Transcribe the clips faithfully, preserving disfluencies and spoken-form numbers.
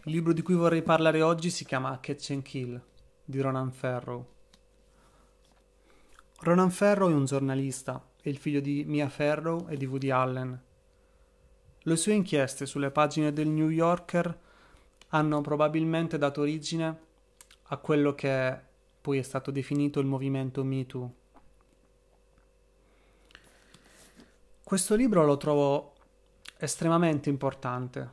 Il libro di cui vorrei parlare oggi si chiama Catch and Kill di Ronan Farrow. Ronan Farrow è un giornalista, è il figlio di Mia Farrow e di Woody Allen. Le sue inchieste sulle pagine del New Yorker hanno probabilmente dato origine a quello che poi è stato definito il movimento Me Too. Questo libro lo trovo estremamente importante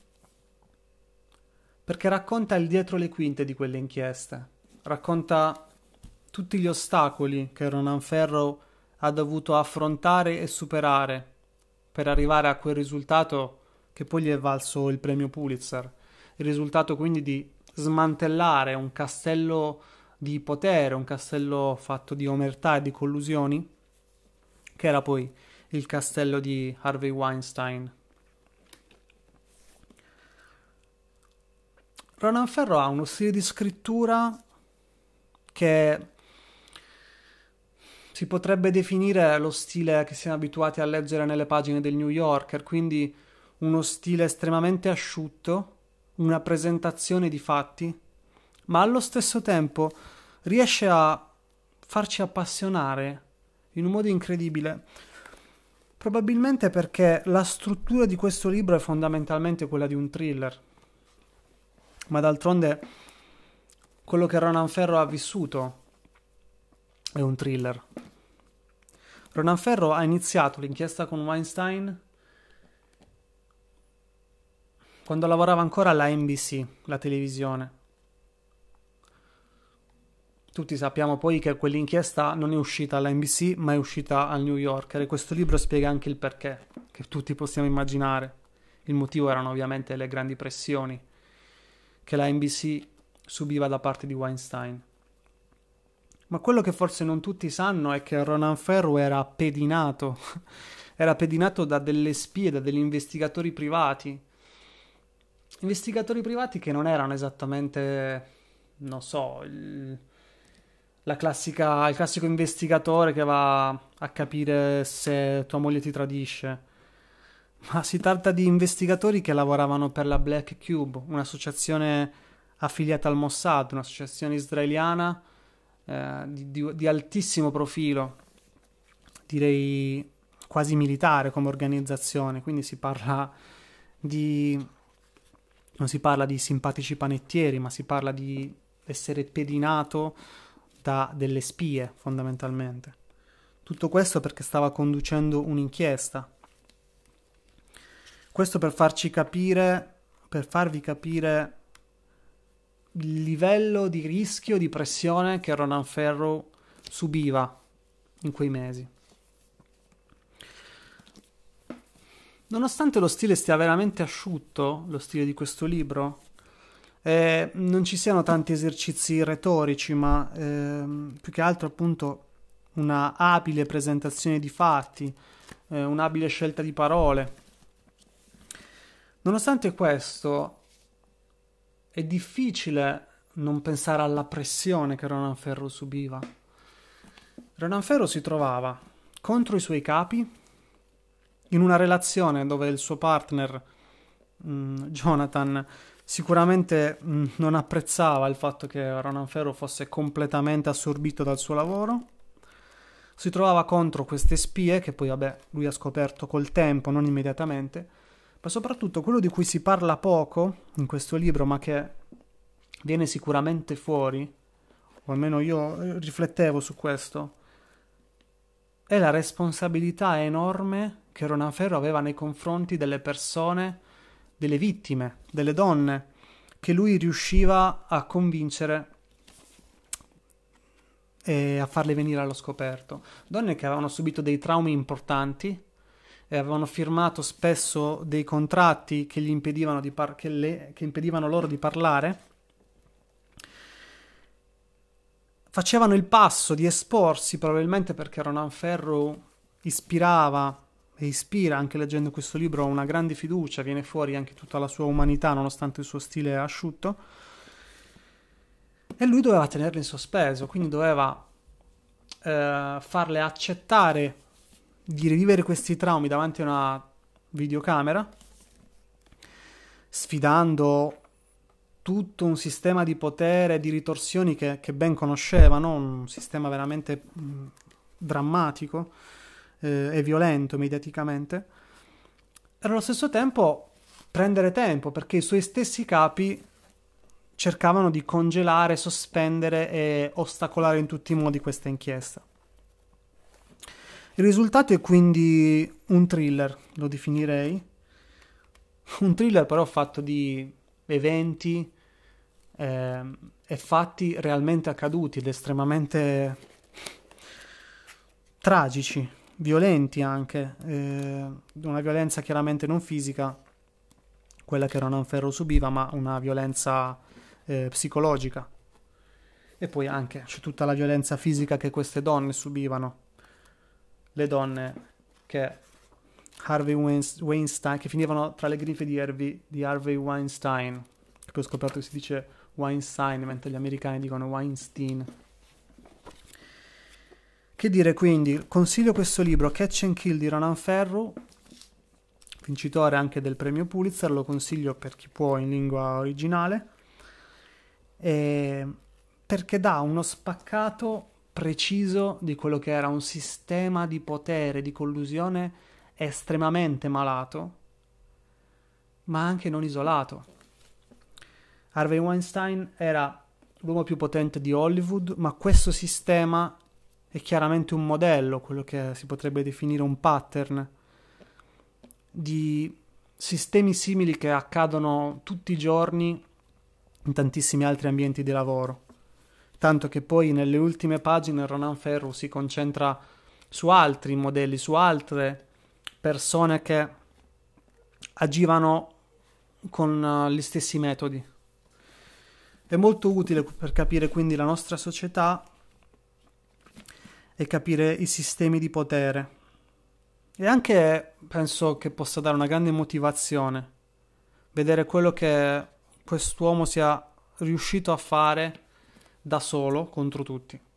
perché racconta il dietro le quinte di quelle inchieste, racconta tutti gli ostacoli che Ronan Farrow ha dovuto affrontare e superare per arrivare a quel risultato che poi gli è valso il premio Pulitzer, il risultato quindi di smantellare un castello di potere, un castello fatto di omertà e di collusioni, che era poi il castello di Harvey Weinstein. Ronan Farrow ha uno stile di scrittura che si potrebbe definire lo stile che siamo abituati a leggere nelle pagine del New Yorker, quindi uno stile estremamente asciutto, una presentazione di fatti, ma allo stesso tempo riesce a farci appassionare in un modo incredibile. Probabilmente perché la struttura di questo libro è fondamentalmente quella di un thriller. Ma d'altronde quello che Ronan Farrow ha vissuto è un thriller. Ronan Farrow ha iniziato l'inchiesta con Weinstein quando lavorava ancora alla N B C, la televisione. Tutti sappiamo poi che quell'inchiesta non è uscita alla N B C, ma è uscita al New Yorker, e questo libro spiega anche il perché, che tutti possiamo immaginare. Il motivo erano ovviamente le grandi pressioni che la N B C subiva da parte di Weinstein. Ma quello che forse non tutti sanno è che Ronan Farrow era pedinato, era pedinato da delle spie, da degli investigatori privati. Investigatori privati che non erano esattamente, non so, il, la classica, il classico investigatore che va a capire se tua moglie ti tradisce. Ma si tratta di investigatori che lavoravano per la Black Cube, un'associazione affiliata al Mossad, un'associazione israeliana eh, di, di, di altissimo profilo, direi quasi militare come organizzazione. Quindi si parla di, non si parla di simpatici panettieri, ma si parla di essere pedinato da delle spie, fondamentalmente. Tutto questo perché stava conducendo un'inchiesta. Questo per farci capire, per farvi capire il livello di rischio, di pressione che Ronan Farrow subiva in quei mesi. Nonostante lo stile stia veramente asciutto, lo stile di questo libro, eh, non ci siano tanti esercizi retorici, ma eh, più che altro appunto una abile presentazione di fatti, eh, un'abile scelta di parole. Nonostante questo, è difficile non pensare alla pressione che Ronan Farrow subiva. Ronan Farrow si trovava contro i suoi capi, in una relazione dove il suo partner, mh, Jonathan, sicuramente mh, non apprezzava il fatto che Ronan Farrow fosse completamente assorbito dal suo lavoro. Si trovava contro queste spie, che poi, vabbè, lui ha scoperto col tempo, non immediatamente. Ma soprattutto quello di cui si parla poco in questo libro, ma che viene sicuramente fuori, o almeno io riflettevo su questo, è la responsabilità enorme che Ronan Farrow aveva nei confronti delle persone, delle vittime, delle donne, che lui riusciva a convincere e a farle venire allo scoperto. Donne che avevano subito dei traumi importanti, e avevano firmato spesso dei contratti che gli impedivano di par- che, le- che impedivano loro di parlare, facevano il passo di esporsi probabilmente perché Ronan Farrow ispirava e ispira, anche leggendo questo libro, una grande fiducia, viene fuori anche tutta la sua umanità nonostante il suo stile asciutto, e lui doveva tenerle in sospeso, quindi doveva eh, farle accettare di rivivere questi traumi davanti a una videocamera, sfidando tutto un sistema di potere, di ritorsioni che, che ben conosceva, no? Un sistema veramente mh, drammatico eh, e violento mediaticamente, e allo stesso tempo prendere tempo, perché i suoi stessi capi cercavano di congelare, sospendere e ostacolare in tutti i modi questa inchiesta. Il risultato è quindi un thriller, lo definirei, un thriller però fatto di eventi eh, e fatti realmente accaduti ed estremamente tragici, violenti anche, eh, una violenza chiaramente non fisica, quella che Ronan Farrow subiva, ma una violenza eh, psicologica. E poi anche c'è tutta la violenza fisica che queste donne subivano, le donne che Harvey Weinstein, che finivano tra le griffe di Harvey, di Harvey Weinstein, che poi ho scoperto che si dice Weinstein, mentre gli americani dicono Weinstein. Che dire, quindi, consiglio questo libro, Catch and Kill di Ronan Farrow, vincitore anche del premio Pulitzer, lo consiglio per chi può in lingua originale, e perché dà uno spaccato preciso di quello che era un sistema di potere, di collusione estremamente malato, ma anche non isolato. Harvey Weinstein era l'uomo più potente di Hollywood, ma questo sistema è chiaramente un modello, quello che si potrebbe definire un pattern di sistemi simili che accadono tutti i giorni in tantissimi altri ambienti di lavoro. Tanto che poi nelle ultime pagine Ronan Farrow si concentra su altri modelli, su altre persone che agivano con gli stessi metodi. È molto utile per capire quindi la nostra società e capire i sistemi di potere. E anche penso che possa dare una grande motivazione vedere quello che quest'uomo sia riuscito a fare da solo contro tutti.